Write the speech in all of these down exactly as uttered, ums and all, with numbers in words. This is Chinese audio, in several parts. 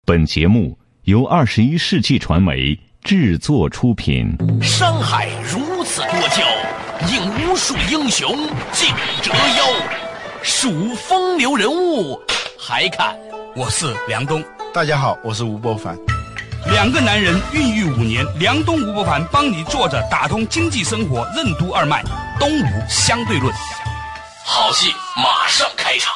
本节目由二十一世纪传媒制作出品。 山海如此多娇，引无数英雄竞折腰。数风流人物，还看我是梁冬。 大家好，我是吴伯凡。 两个男人孕育五年，梁冬吴伯凡帮你坐着打通经济生活任督二脉，东吴相对论。 好戏马上开场。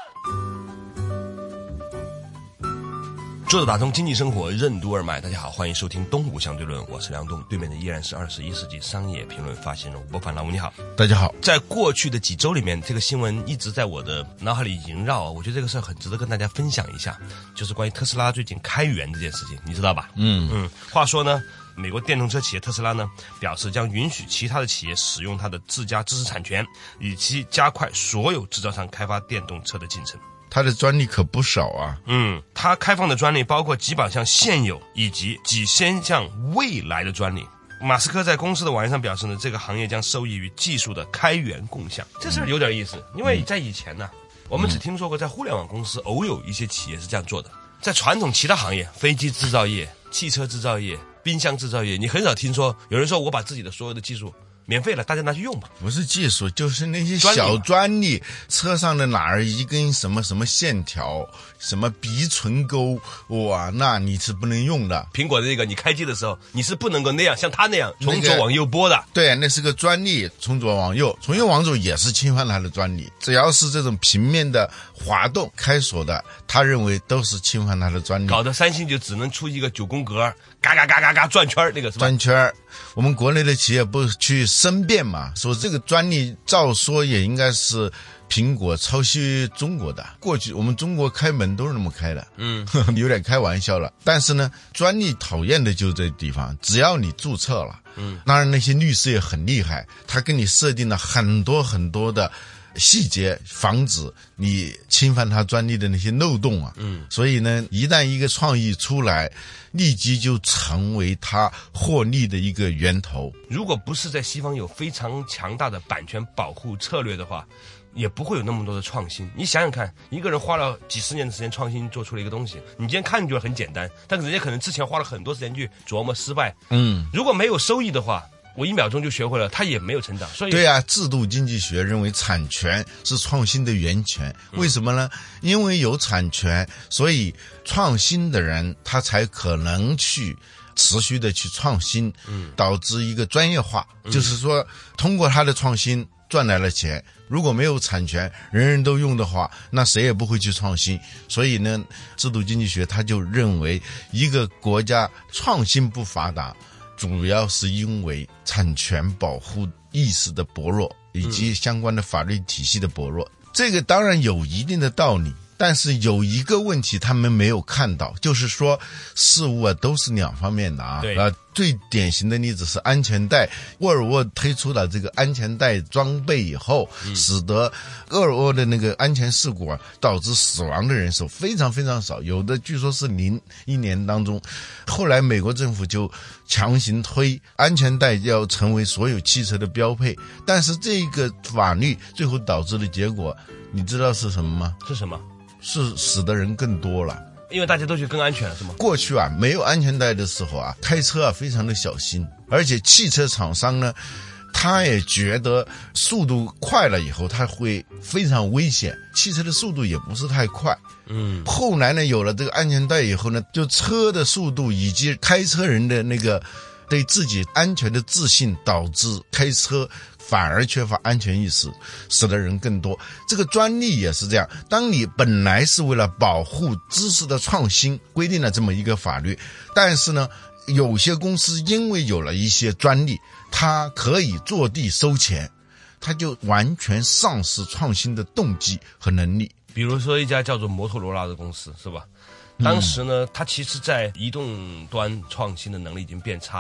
坐着打通经济生活任督二脉，大家好，欢迎收听东吴相对论，我是梁冬，对面的依然是二十一世纪商业评论发行人吴伯凡。老吴你好。 大家好。 在过去的几周里面，这个新闻一直在我的脑海里萦绕，我觉得这个事儿很值得跟大家分享一下，就是关于特斯拉最近开源这件事情，你知道吧？ 嗯嗯。话说呢，美国电动车企业特斯拉呢表示将允许其他的企业使用它的自家知识产权，以期加快所有制造商开发电动车的进程。 他的专利可不少啊。 嗯，他开放的专利包括几百项现有以及几千项未来的专利。马斯克在公司的网页上表示呢，这个行业将受益于技术的开源共享。这事儿有点意思，因为在以前呢，我们只听说过在互联网公司偶有一些企业是这样做的，在传统其他行业，飞机制造业、汽车制造业、冰箱制造业，你很少听说有人说我把自己的所有的技术免费了，大家拿去用吧。 不是技术，就是那些小专利，车上的哪儿一根什么什么线条，什么鼻唇沟，哇，那你是不能用的。 苹果的这个，你开机的时候，你是不能够那样像他那样从左往右拨的。 那个、对，那是个专利，从左往右，从右往左也是侵犯他的专利。只要是这种平面的滑动、开锁的，他认为都是侵犯他的专利。 搞得三星就只能出一个九宫格，嘎嘎嘎嘎嘎转圈，那个是吧？ 转圈。我们国内的企业不是去申辩嘛，说这个专利照说也应该是苹果抄袭中国的。过去我们中国开门都是那么开的， 嗯， 有点开玩笑了。但是呢，专利讨厌的就是这地方，只要你注册了，嗯，当然那些律师也很厉害，他给你设定了很多很多的细节，防止你侵犯他专利的那些漏洞啊。嗯，所以呢，一旦一个创意出来，立即就成为他获利的一个源头。 如果不是在西方有非常强大的版权保护策略的话，也不会有那么多的创新。你想想看，一个人花了几十年的时间创新做出了一个东西，你今天看觉得很简单，但是人家可能之前花了很多时间去琢磨失败。嗯，如果没有收益的话，我一秒钟就学会了，他也没有成长。所以对啊，制度经济学认为产权是创新的源泉。为什么呢？因为有产权，所以创新的人他才可能去持续的去创新，导致一个专业化。就是说，通过他的创新赚来了钱。如果没有产权，人人都用的话，那谁也不会去创新。所以呢，制度经济学他就认为，一个国家创新不发达，主要是因为产权保护意识的薄弱，以及相关的法律体系的薄弱。嗯、这个当然有一定的道理，但是有一个问题他们没有看到，就是说事物啊都是两方面的啊。 对。 呃，最典型的例子是安全带，沃尔沃推出了这个安全带装备以后，嗯、使得沃尔沃的那个安全事故啊，导致死亡的人数非常非常少，有的据说是零一年当中。后来美国政府就强行推安全带要成为所有汽车的标配，但是这个法律最后导致的结果，你知道是什么吗？ 是什么？ 是死的人更多了。 因为大家都觉得更安全了，是吗？ 过去啊，没有安全带的时候啊，开车啊非常的小心，而且汽车厂商呢，他也觉得速度快了以后，他会非常危险。汽车的速度也不是太快，嗯。后来呢，有了这个安全带以后呢，就车的速度以及开车人的那个对自己安全的自信，导致开车反而缺乏安全意识，使得人更多。这个专利也是这样，当你本来是为了保护知识的创新规定了这么一个法律，但是呢，有些公司因为有了一些专利，它可以坐地收钱，它就完全丧失创新的动机和能力。 比如说一家叫做摩托罗拉的公司，是吧？当时呢，它其实在移动端创新的能力已经变差了，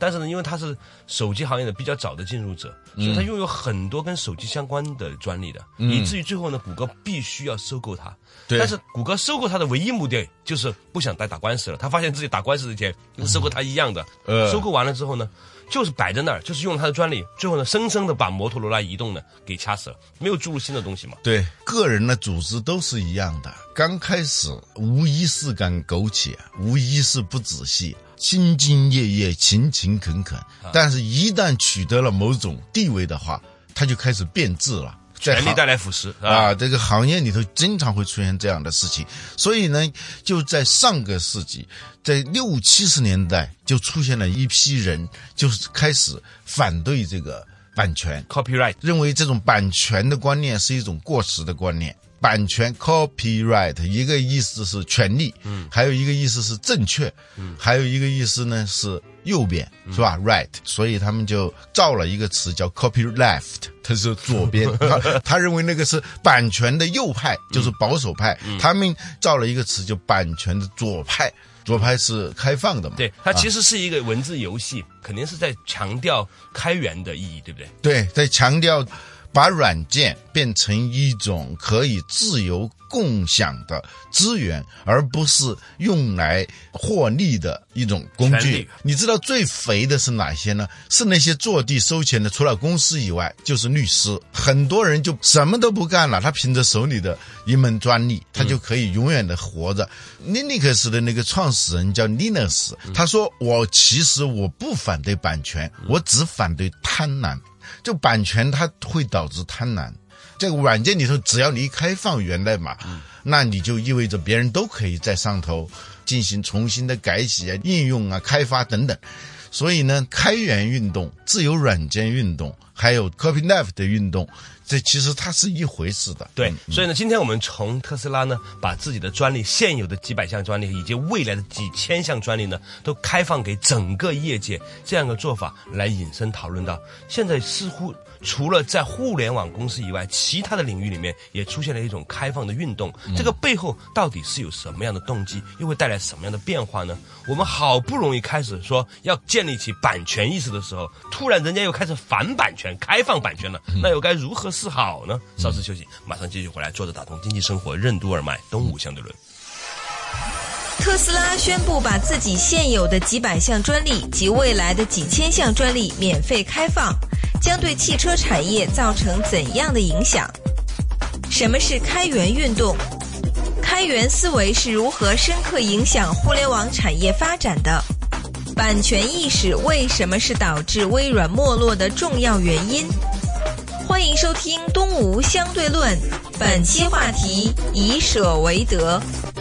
但是呢，因为他是手机行业的比较早的进入者，所以他拥有很多跟手机相关的专利的，嗯、以至于最后呢，谷歌必须要收购它。但是谷歌收购它的唯一目的就是不想再打官司了，他发现自己打官司的钱跟收购它一样的。嗯、收购完了之后呢，就是摆在那儿，就是用它的专利，最后呢，生生的把摩托罗拉移动呢给掐死了，没有注入新的东西嘛。 对，个人的组织都是一样的，刚开始无疑是敢苟且，无疑是不仔细，兢兢业业，勤勤恳恳，啊、但是一旦取得了某种地位的话，他就开始变质了。 权力带来腐蚀啊，啊！这个行业里头经常会出现这样的事情，所以呢，就在上个世纪，在六七十年代就出现了一批人，就是开始反对这个版权 copyright， 认为这种版权的观念是一种过时的观念。版权 copyright 一个意思是权利，嗯，还有一个意思是正确，嗯，还有一个意思呢是右边，是吧、嗯、？right， 所以他们就造了一个词叫 copy left， 它是左边，他, 他认为那个是版权的右派，就是保守派，嗯、他们造了一个词叫版权的左派。左派是开放的嘛？ 对，它其实是一个文字游戏，啊、肯定是在强调开源的意义，对不对？ 对，在强调把软件变成一种可以自由共享的资源，而不是用来获利的一种工具。你知道最肥的是哪些呢？是那些坐地收钱的，除了公司以外就是律师。很多人就什么都不干了，他凭着手里的一门专利，他就可以永远的活着。嗯、Linux 的那个创始人叫 Linus，、嗯、他说我其实我不反对版权，嗯、我只反对贪婪。就版权它会导致贪婪，这个软件里头只要你一开放源代码，嗯、那你就意味着别人都可以在上头进行重新的改写啊、应用啊、开发等等。所以呢，开源运动、自由软件运动还有 copyleft 的运动，这其实它是一回事的。 对，嗯、所以呢，今天我们从特斯拉呢，把自己的专利、现有的几百项专利以及未来的几千项专利呢，都开放给整个业界，这样的做法来引申讨论到，现在似乎除了在互联网公司以外，其他的领域里面也出现了一种开放的运动。嗯、这个背后到底是有什么样的动机，又会带来什么样的变化呢？我们好不容易开始说要建立起版权意识的时候，突然人家又开始反版权、开放版权了，那又该如何是好呢？稍事休息，马上继续回来，坐着打通经济生活，任督二脉，东吴相对论。 特斯拉宣布把自己现有的几百项专利及未来的几千项专利免费开放，将对汽车产业造成怎样的影响？什么是开源运动？开源思维是如何深刻影响互联网产业发展的？版权意识为什么是导致微软没落的重要原因？欢迎收听东吴相对论，本期话题以舍为得。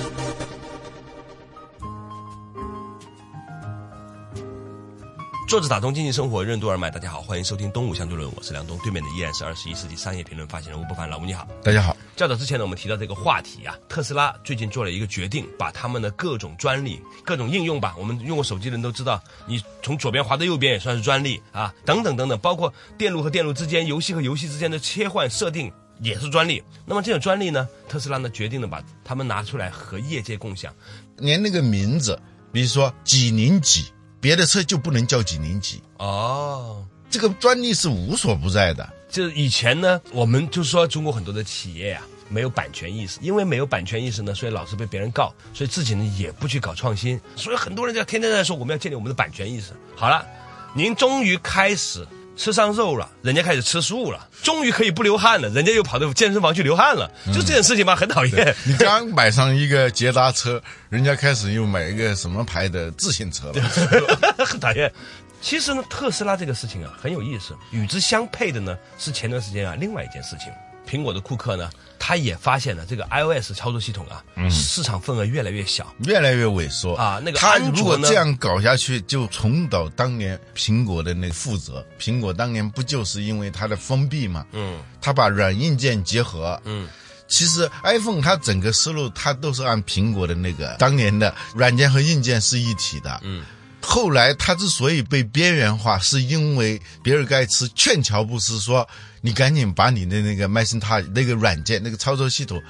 坐着打通经济生活，任督二脉。大家好，欢迎收听东吴相对论，我是梁东。对面的依然是二十一世纪商业评论发行人吴伯凡，老吴你好。 大家好。 较早之前呢，我们提到这个话题啊，特斯拉最近做了一个决定，把他们的各种专利、各种应用吧，我们用过手机的人都知道，你从左边滑到右边也算是专利啊，等等等等，包括电路和电路之间、游戏和游戏之间的切换设定也是专利。那么这种专利呢，特斯拉呢决定了把他们拿出来和业界共享， 连那个名字，比如说几零几。别的车就不能叫几零几哦， 这个专利是无所不在的。 就以前呢，我们就说中国很多的企业啊没有版权意识，因为没有版权意识呢，所以老是被别人告，所以自己呢也不去搞创新，所以很多人就天天在说我们要建立我们的版权意识。好了，您终于开始吃上肉了，人家开始吃素了，终于可以不流汗了，人家又跑到健身房去流汗了，就这件事情吧，很讨厌。 你刚买上一个捷达车，人家开始又买一个什么牌的自行车了， 很讨厌。其实呢，特斯拉这个事情啊很有意思，与之相配的呢是前段时间啊另外一件事情。苹果的库克呢，他也发现了这个 iOS 操作系统啊，嗯、市场份额越来越小， 越来越萎缩啊。那个他如果这样搞下去，就重蹈当年苹果的那个覆辙。苹果当年不就是因为它的封闭吗？嗯，它把软硬件结合，嗯。其实 iPhone 它整个思路，它都是按苹果的那个当年的软件和硬件是一体的，嗯。后来他之所以被边缘化，是因为比尔盖茨劝乔布斯说：“你赶紧把你的那个 Macintosh 那个软件、那个操作系统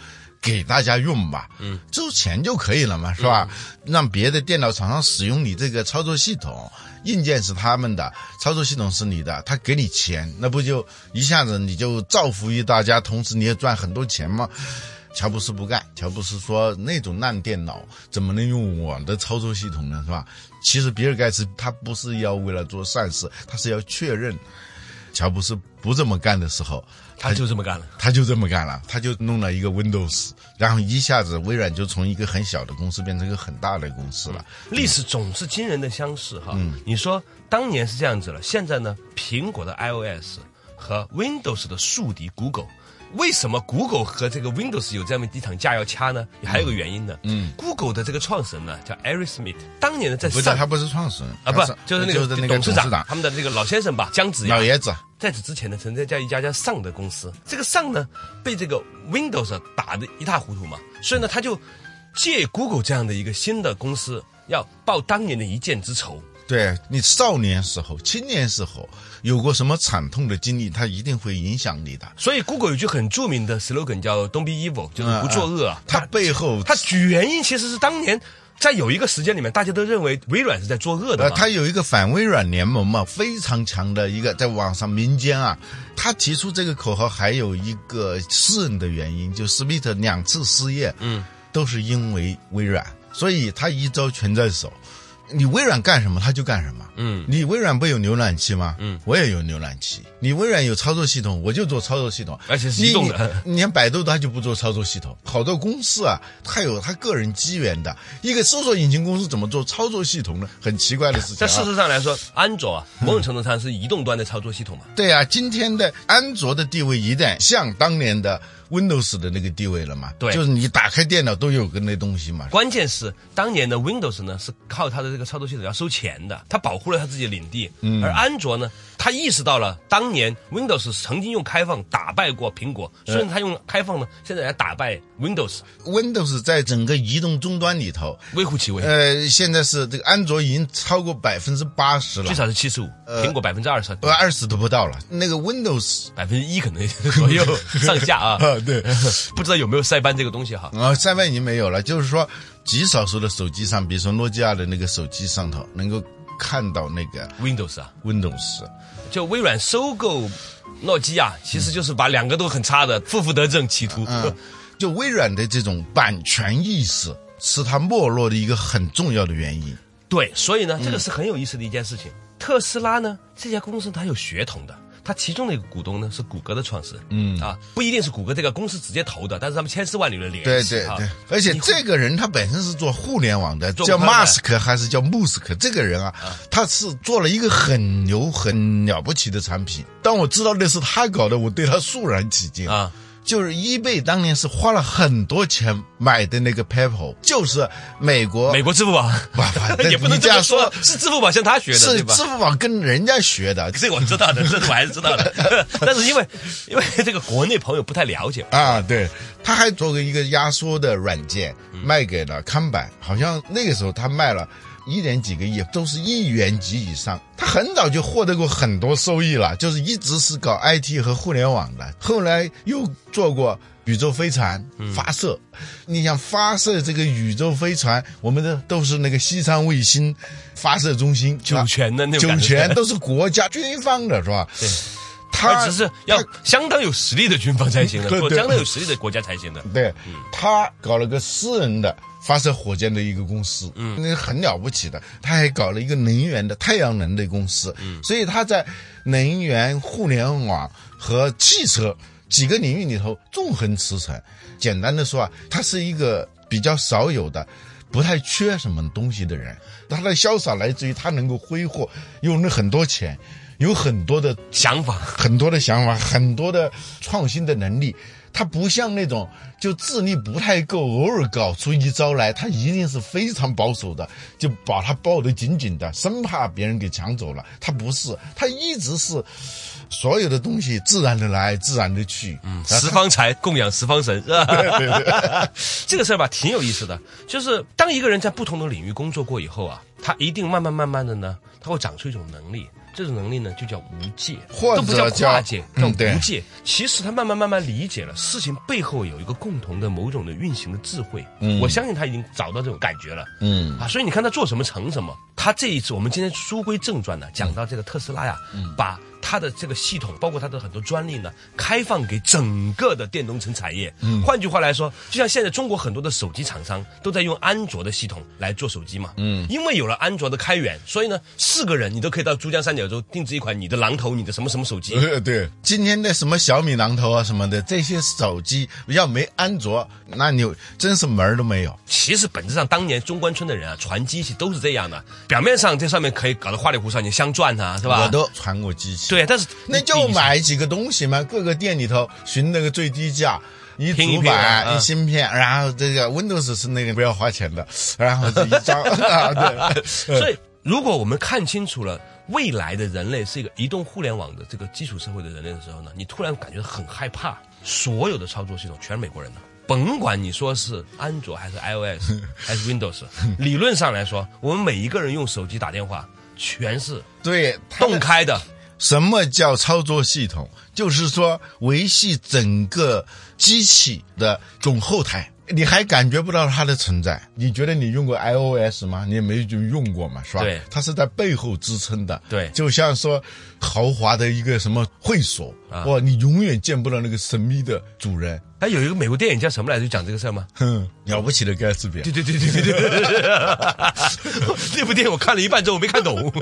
给大家用吧，嗯，收钱就可以了嘛，是吧？嗯、让别的电脑厂商使用你这个操作系统，硬件是他们的，操作系统是你的，他给你钱，那不就一下子你就造福于大家，同时你也赚很多钱吗？乔布斯不干，乔布斯说那种烂电脑怎么能用我的操作系统呢，是吧？其实比尔盖茨他不是要为了做善事，他是要确认乔布斯不这么干的时候， 他就这么干了， 他就这么干了，他就弄了一个 Windows， 然后一下子微软就从一个很小的公司变成一个很大的公司了。 嗯、历史总是惊人的相似哈。 嗯， 你说当年是这样子了，现在呢，苹果的 iOS 和 Windows 的宿敌 Google。为什么 Google 和这个 Windows 有这么一场架要掐呢？还有个原因呢。嗯 ，Google 的这个创始人呢叫 Eric Schmidt， 当年呢在不是他不是创始人啊，不就是那个就是那个董事长，他们的这个老先生吧，姜子牙老爷子。 在此之前呢，曾经在一家叫 Sun 的公司，这个 Sun 呢被这个 Windows 打得一塌糊涂嘛，所以呢他就借 Google 这样的一个新的公司，要报当年的一箭之仇。 对，你少年时候、青年时候有过什么惨痛的经历，它一定会影响你的。 所以 Google 有句很著名的 slogan 叫 Don't be evil， 就是不作恶啊。 它背后， 它原因其实是当年在有一个时间里面，大家都认为微软是在作恶的嘛。 呃，它有一个反微软联盟嘛，非常强的一个，在网上民间啊，他提出这个口号还有一个私人的原因，就史密特两次失业，嗯，都是因为微软，所以他一招全在手。你微软干什么他就干什么，嗯，你微软不有浏览器吗？嗯，我也有浏览器。你微软有操作系统，我就做操作系统， 而且是移动的。 你连百度它就不做操作系统，好多公司啊，它有它个人机缘的。一个搜索引擎公司怎么做操作系统呢？很奇怪的事情、啊。 在事实上来说，安卓啊，某种程度上是移动端的操作系统嘛。 对啊，今天的安卓的地位一旦像当年的Windows 的那个地位了嘛？ 对， 就是你打开电脑都有个那东西嘛。 关键是当年的 Windows 呢，是靠它的这个操作系统要收钱的，它保护了它自己的领地。嗯，而安卓呢，它意识到了当年 Windows 曾经用开放打败过苹果，所以它用开放呢，现在来打败 Windows。Windows 在整个移动终端里头微乎其微。 呃，现在是这个安卓已经超过百分之八十了， 最少是七十五，苹果百分之二十， 呃，二十都不到了。那个 Windows 百分之一可能左右上下啊。 对， 不知道有没有塞班这个东西哈？ 啊，塞班已经没有了。就是说，极少数的手机上，比如说诺基亚的那个手机上头，能够看到那个 Windows 啊 ，Windows。 就微软收购诺基亚，其实就是把两个都很差的负负得正企图。 嗯，就微软的这种版权意识，是它没落的一个很重要的原因。 对，所以呢，这个是很有意思的一件事情。嗯、特斯拉呢，这家公司它有血统的。他其中的一个股东呢是谷歌的创始人，嗯啊，不一定是谷歌这个公司直接投的，但是他们千丝万缕的联系。 对对对，而且这个人他本身是做互联网的，叫马斯克还是叫穆斯克？这个人啊，啊他是做了一个很牛、很了不起的产品。当我知道那是他搞的，我对他肃然起敬啊。就是eBay当年是花了很多钱买的那个 PayPal， 就是美国美国支付宝，也不能这样说，是支付宝向他学的， 是支付宝跟人家学的， 这个我知道的，这个我还是知道的。但是因为因为这个国内朋友不太了解啊，对，他还做了一个压缩的软件卖给了康柏，好像那个时候他卖了一点几个亿，都是亿元级以上。他很早就获得过很多收益了，就是一直是搞 I T 和互联网的。后来又做过宇宙飞船发射，嗯、你想发射这个宇宙飞船，我们的都是那个西昌卫星发射中心， 酒泉的那种， 酒泉都是国家军方的，是吧？ 对。他只是要相当有实力的军方才行的，做相当有实力的国家才行的。 对，嗯、他搞了个私人的发射火箭的一个公司，嗯，那很了不起的。他还搞了一个能源的太阳能的公司，嗯，所以他在能源、互联网和汽车几个领域里头纵横驰骋。简单的说啊，他是一个比较少有的。不太缺什么东西的人，他的潇洒来自于他能够挥霍，有了很多钱，有很多的想法， 很多的想法，很多的创新的能力。他不像那种就智力不太够，偶尔搞出一招来，他一定是非常保守的，就把他抱得紧紧的，生怕别人给抢走了。他不是，他一直是所有的东西自然的来，自然的去。 嗯，十方财供养十方神，是吧？ 对对对， 这个事儿吧，挺有意思的。就是当一个人在不同的领域工作过以后啊， 它一定慢慢慢慢的呢，它会长出一种能力。这种能力呢，就叫无界， 或者都不叫跨界，叫嗯对无界。其实他慢慢慢慢理解了事情背后有一个共同的某种的运行的智慧。 嗯我相信他已经找到这种感觉了。 嗯啊，所以你看他做什么成什么。他这一次，我们今天书归正传呢，讲到这个特斯拉呀， 嗯把它的这个系统，包括它的很多专利呢，开放给整个的电动车产业。嗯，换句话来说，就像现在中国很多的手机厂商都在用安卓的系统来做手机嘛。嗯，因为有了安卓的开源，所以呢，四个人你都可以到珠江三角洲定制一款你的榔头，你的什么什么手机。 呃，对，今天的什么小米榔头啊什么的，这些手机要没安卓，那你真是门儿都没有。 其实本质上，当年中关村的人啊，传机器都是这样的。表面上这上面可以搞得花里胡哨，你镶钻啊，是吧？ 我都传过机器。 对，但是那就买几个东西嘛，各个店里头寻那个最低价。一主板、 嗯、 一芯片，然后这个 Windows 是那个不要花钱的，然后这一张啊，对。 所以，如果我们看清楚了未来的人类是一个移动互联网的这个基础社会的人类的时候呢，你突然感觉很害怕，所有的操作系统全是美国人的。甭管你说是安卓还是 iOS 还是 Windows， 理论上来说，我们每一个人用手机打电话全是对动开的。 什么叫操作系统？就是说维系整个机器的总后台，你还感觉不到它的存在。你觉得你用过 iOS 吗？你也没就用过嘛，是吧？ 对， 它是在背后支撑的。 对， 就像说豪华的一个什么会所， 啊、 哇，你永远见不到那个神秘的主人。 哎，有一个美国电影叫什么来着？就讲这个事儿吗？ 哼，了不起的盖茨比。 对对对对对对。那部电影我看了一半之后我没看懂。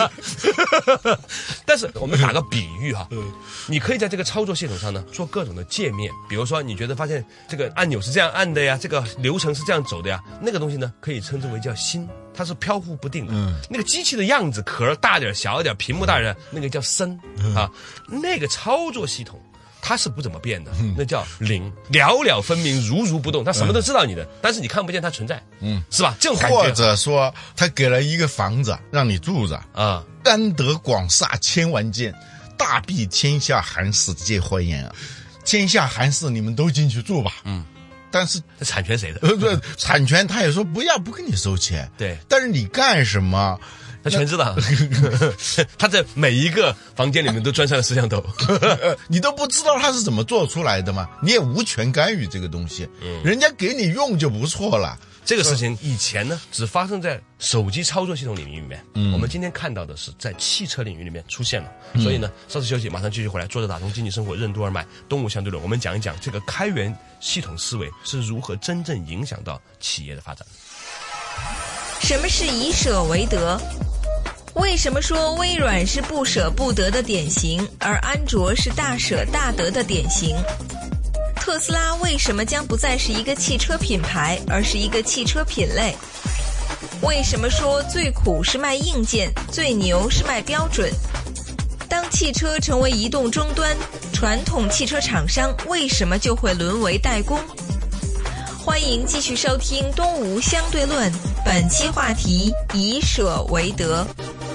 但是我们打个比喻哈，你可以在这个操作系统上呢做各种的界面，比如说你觉得发现这个按钮是这样按的呀，这个流程是这样走的呀，那个东西呢可以称之为叫心，它是飘忽不定的。嗯，那个机器的样子壳大点小一点，屏幕大点，那个叫身啊，那个操作系统。它是不怎么变的，那叫零，了了分明，如如不动。它什么都知道你的，嗯、但是你看不见它存在，嗯，是吧？这种感觉。 或者说，他给了一个房子让你住着啊， 安得广厦千万间，大庇天下寒士皆欢颜啊！天下寒士，你们都进去住吧，嗯。但是这产权谁的？ 呃，对，产权他也说不要，不跟你收钱。 对， 但是你干什么？ 他全知道，他在每一个房间里面都装上了摄像头， 你都不知道他是怎么做出来的吗？你也无权干预这个东西，嗯，人家给你用就不错了。 这个事情以前呢，只发生在手机操作系统领域里面，嗯，我们今天看到的是在汽车领域里面出现了。嗯、所以呢，稍事休息，马上继续回来，坐着打通经济生活，任督二脉，东吴相对论，我们讲一讲这个开源系统思维是如何真正影响到企业的发展。 什么是以舍为得？为什么说微软是不舍不得的典型，而安卓是大舍大得的典型？特斯拉为什么将不再是一个汽车品牌，而是一个汽车品类？为什么说最苦是卖硬件，最牛是卖标准？当汽车成为移动终端，传统汽车厂商为什么就会沦为代工？欢迎继续收听《东吴相对论》，本期话题：以舍为得。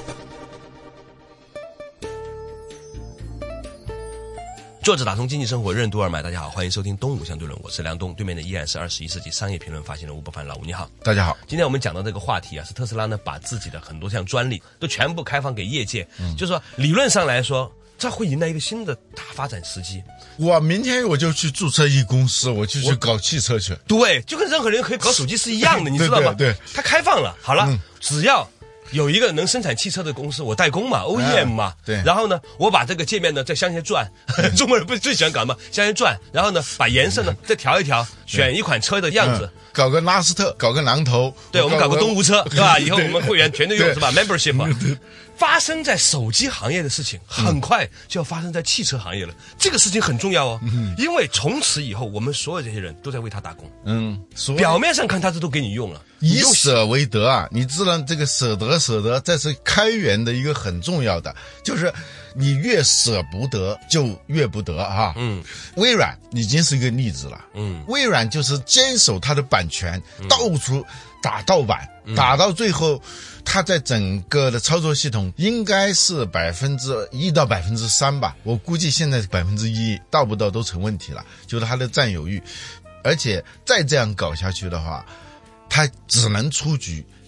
作者打通经济生活，任督二脉。大家好，欢迎收听《东吴相对论》，我是梁东，对面的依然是二十一世纪商业评论发行人吴伯凡。老吴你好。 大家好。 今天我们讲到这个话题啊，是特斯拉呢把自己的很多项专利都全部开放给业界，嗯、就是说理论上来说，这会迎来一个新的大发展时期。 我明天我就去注册一公司，我就去搞汽车去。 对，就跟任何人可以搞手机是一样的，你知道吗？ 对, 对, 对， 它开放了，好了，嗯、只要有一个能生产汽车的公司，我代工嘛 ，O E M 嘛， 对。 然后呢，我把这个界面呢再镶一些钻，中国人不是最喜欢搞嘛，镶一些钻，然后呢，把颜色呢再调一调，选一款车的样子。 嗯、搞个拉斯特，搞个榔头， 对，我们搞个东吴车，对吧？以后我们会员全都用是吧 ？Membership 啊。 发生在手机行业的事情，很快就要发生在汽车行业了。嗯、这个事情很重要哦，嗯、因为从此以后，我们所有这些人都在为他打工。 嗯， 表面上看他这都给你用了， 以舍为得啊！你知道这个舍得舍得，这是开源的一个很重要的，就是你越舍不得，就越不得啊。嗯，微软已经是一个例子了。嗯，微软就是坚守它的版权，嗯、到处打盗版，嗯、打到最后。它在整个的操作系统应该是百分之一到百分之三吧，我估计现在百分之一到不到都成问题了，就是它的占有欲，而且再这样搞下去的话，它只能出局，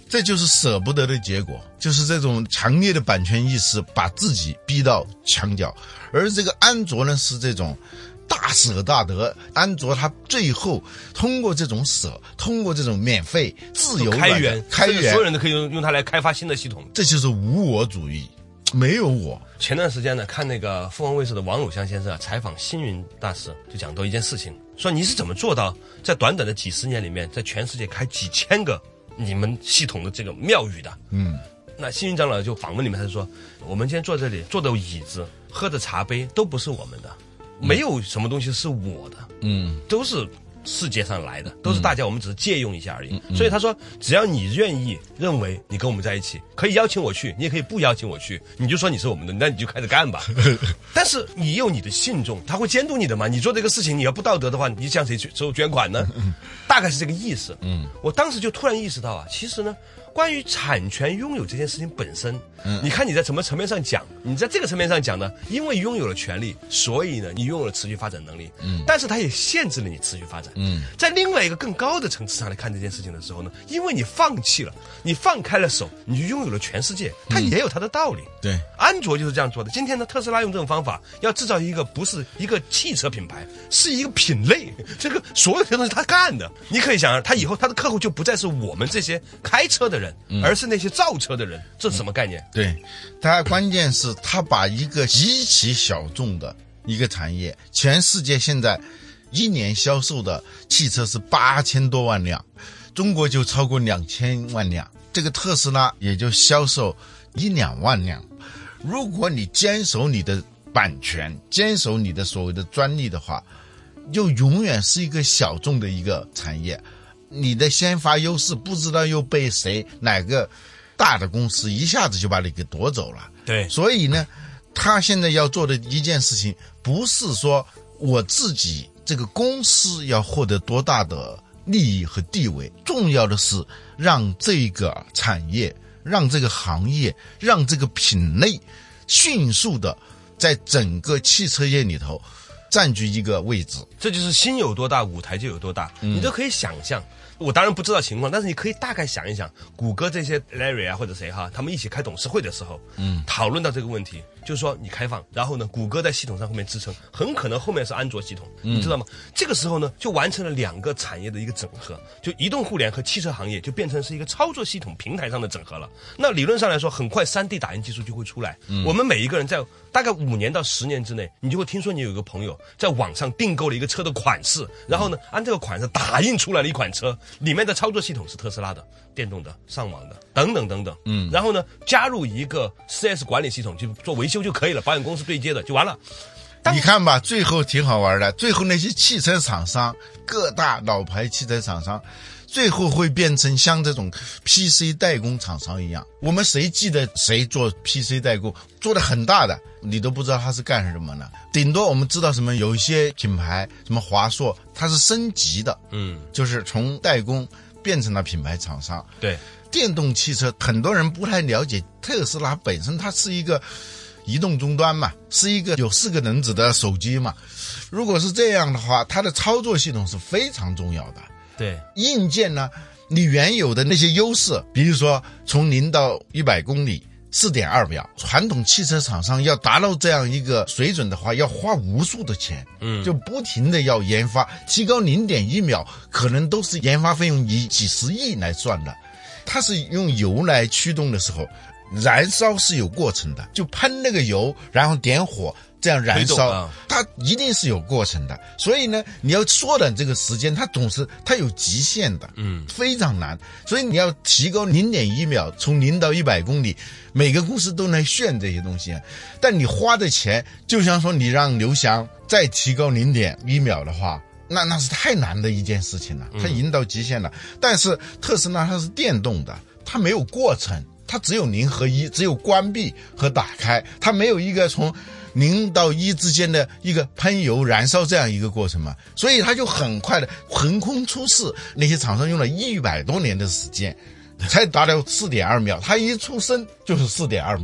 这就是舍不得的结果，就是这种强烈的版权意识把自己逼到墙角。而这个安卓呢，是这种大舍大得。安卓它最后通过这种舍，通过这种免费自由开源开源， 所有人都可以用用它来开发新的系统， 这就是无我主义，没有我。 前段时间呢，看那个凤凰卫视的王鲁香先生啊采访星云大师，就讲到一件事情，说你是怎么做到在短短的几十年里面，在全世界开几千个你们系统的这个庙宇的？嗯，那星云长老就访问里面，他就说，我们今天坐这里，坐的椅子、喝的茶杯都不是我们的，没有什么东西是我的，嗯，都是世界上来的，都是大家，我们只是借用一下而已。嗯、所以他说，只要你愿意认为你跟我们在一起，可以邀请我去，你也可以不邀请我去，你就说你是我们的，那你就开始干吧。但是你有你的信众，他会监督你的嘛？你做这个事情，你要不道德的话，你向谁去收捐款呢？大概是这个意思。嗯，我当时就突然意识到啊，其实呢，关于产权拥有这件事情本身，嗯，你看你在什么层面上讲，你在这个层面上讲呢，因为拥有了权利，所以呢，你拥有了持续发展能力，嗯，但是它也限制了你持续发展，嗯，在另外一个更高的层次上来看这件事情的时候呢，因为你放弃了，你放开了手，你就拥有了全世界，它也有它的道理，嗯、对，安卓就是这样做的。今天呢，特斯拉用这种方法要制造一个不是一个汽车品牌，是一个品类，这个所有的东西他干的，你可以想，他以后他的客户就不再是我们这些开车的人。嗯、而是那些造车的人，这是什么概念？ 对，他关键是他把一个极其小众的一个产业，全世界现在一年销售的汽车是八千多万辆，中国就超过两千万辆，这个特斯拉也就销售一两万辆。如果你坚守你的版权，坚守你的所谓的专利的话，就永远是一个小众的一个产业。你的先发优势不知道又被谁哪个大的公司一下子就把你给夺走了。 对， 所以呢，他现在要做的一件事情，不是说我自己这个公司要获得多大的利益和地位，重要的是让这个产业、让这个行业、让这个品类迅速的在整个汽车业里头占据一个位置。 这就是心有多大，舞台就有多大，嗯、你都可以想象。我当然不知道情况，但是你可以大概想一想，谷歌这些 Larry 啊或者谁哈，他们一起开董事会的时候，嗯，讨论到这个问题，就是说你开放，然后呢，谷歌在系统上后面支撑，很可能后面是安卓系统，嗯、你知道吗？这个时候呢，就完成了两个产业的一个整合，就移动互联和汽车行业就变成是一个操作系统平台上的整合了。那理论上来说，很快 三 D 打印技术就会出来，嗯、我们每一个人在大概五年到十年之内，你就会听说你有一个朋友在网上订购了一个车的款式，然后呢，按这个款式打印出来了一款车。里面的操作系统是特斯拉的、电动的、上网的等等等等，嗯，然后呢，加入一个 四 S 管理系统，就做维修就可以了，保险公司对接的就完了。 你看吧，最后挺好玩的，最后那些汽车厂商，各大老牌汽车厂商，最后会变成像这种 P C 代工厂商一样。我们谁记得谁做 P C 代工，做的很大的，你都不知道他是干什么的。顶多我们知道什么，有一些品牌，什么华硕，它是升级的，嗯，就是从代工变成了品牌厂商。 对， 电动汽车很多人不太了解，特斯拉本身它是一个移动终端嘛，是一个有四个轮子的手机嘛。如果是这样的话，它的操作系统是非常重要的。 对， 硬件呢，你原有的那些优势，比如说从零到一百公里 四点二秒，传统汽车厂商要达到这样一个水准的话，要花无数的钱，嗯，就不停的要研发，提高 零点一秒，可能都是研发费用以几十亿来算的。它是用油来驱动的时候，燃烧是有过程的，就喷那个油，然后点火，这样燃烧，啊、它一定是有过程的。所以呢，你要缩短这个时间，它总是它有极限的，嗯，非常难。所以你要提高 零点一秒，从零到一百公里，每个公司都能炫这些东西。但你花的钱，就像说你让刘翔再提高 零点一秒的话，那那是太难的一件事情了，它已经到极限了。嗯、但是特斯拉它是电动的，它没有过程。它只有零和一，只有关闭和打开，它没有一个从零到一之间的一个喷油燃烧这样一个过程嘛，所以它就很快的横空出世。那些厂商用了一百多年的时间才达到 四点二秒，它一出生就是 四点二秒，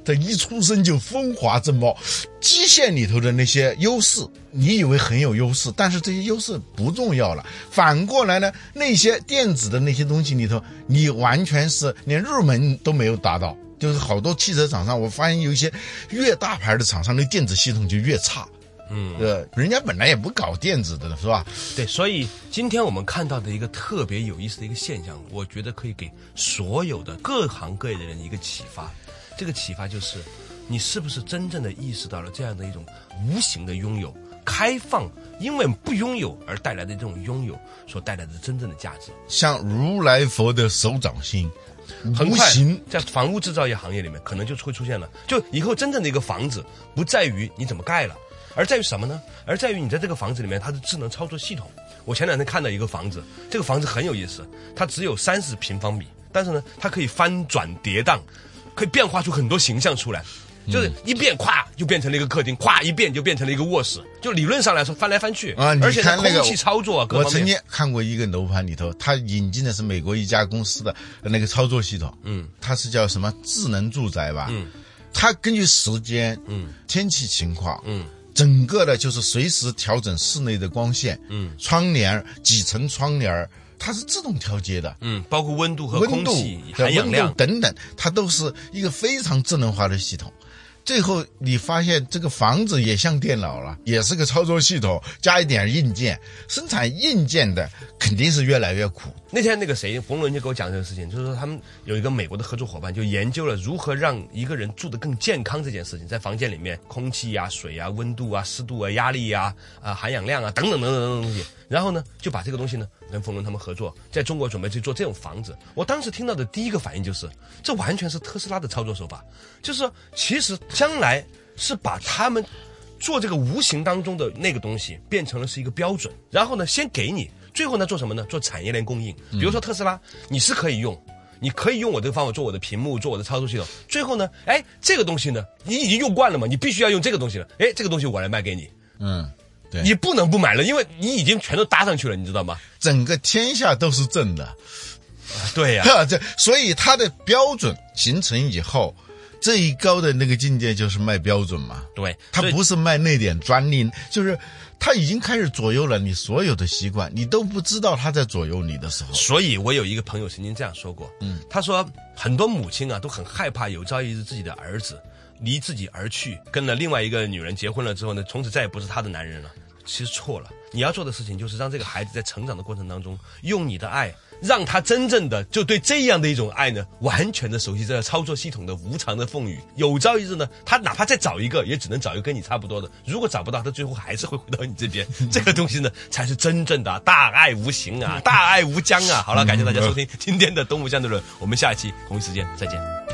他一出生就风华正茂，机械里头的那些优势，你以为很有优势，但是这些优势不重要了。反过来呢，那些电子的那些东西里头，你完全是连入门都没有达到。就是好多汽车厂商，我发现有一些越大牌的厂商，那电子系统就越差。嗯，呃，人家本来也不搞电子的，是吧？ 对，所以今天我们看到的一个特别有意思的一个现象，我觉得可以给所有的各行各业的人一个启发。这个启发就是，你是不是真正的意识到了这样的一种无形的拥有、开放，因为不拥有而带来的这种拥有所带来的真正的价值。 像如来佛的手掌心。 很快在房屋制造业行业里面可能就会出现了，就以后真正的一个房子不在于你怎么盖了，而在于什么呢？而在于你在这个房子里面它的智能操作系统。我前两天看到一个房子，这个房子很有意思，它只有三十平方米，但是呢它可以翻转叠荡，可以变化出很多形象出来，就是一变咵就变成了一个客厅，咵一变就变成了一个卧室，就理论上来说翻来翻去啊！ 而且那个空气操作啊，各方面。 我曾经看过一个楼盘里头，它引进的是美国一家公司的那个操作系统，嗯，它是叫什么智能住宅吧，嗯，它根据时间，嗯，天气情况，嗯。整个的就是随时调整室内的光线，嗯，窗帘几层窗帘，它是自动调节的， 嗯，包括温度和空气含氧量等等，它都是一个非常智能化的系统。最后你发现这个房子也像电脑了，也是个操作系统加一点硬件，生产硬件的肯定是越来越苦。 那天那个谁冯仑就给我讲这个事情，就是说他们有一个美国的合作伙伴就研究了如何让一个人住得更健康这件事情，在房间里面空气啊、水啊、温度啊、湿度啊、压力啊、啊含氧量啊等等等等等等东西，然后呢就把这个东西呢跟冯仑他们合作，在中国准备去做这种房子。我当时听到的第一个反应就是，这完全是特斯拉的操作手法，就是说其实将来是把他们做这个无形当中的那个东西变成了是一个标准，然后呢先给你，最后呢做什么呢？做产业链供应。比如说特斯拉，你是可以用，你可以用我这个方法做我的屏幕，做我的操作系统。最后呢，哎，这个东西呢，你已经用惯了嘛，你必须要用这个东西了。哎，这个东西我来卖给你。 嗯，对， 你不能不买了，因为你已经全都搭上去了，你知道吗？ 整个天下都是正的。 对呀、啊， 这所以它的标准形成以后。最高的那个境界就是卖标准嘛， 对， 它不是卖那点专利，就是它已经开始左右了你所有的习惯，你都不知道它在左右你的时候。 所以我有一个朋友曾经这样说过，嗯，他说很多母亲啊都很害怕有朝一日自己的儿子离自己而去，跟了另外一个女人结婚了之后呢，从此再也不是他的男人了。其实错了，你要做的事情就是让这个孩子在成长的过程当中，用你的爱让他真正的就对这样的一种爱呢，完全的熟悉这个操作系统的无常的风雨。有朝一日呢，他哪怕再找一个，也只能找一个跟你差不多的。如果找不到，他最后还是会回到你这边。这个东西呢，才是真正的、啊、大爱无形啊，大爱无疆啊。好了，感谢大家收听今天的东吴相对论，我们下一期同一时间再见。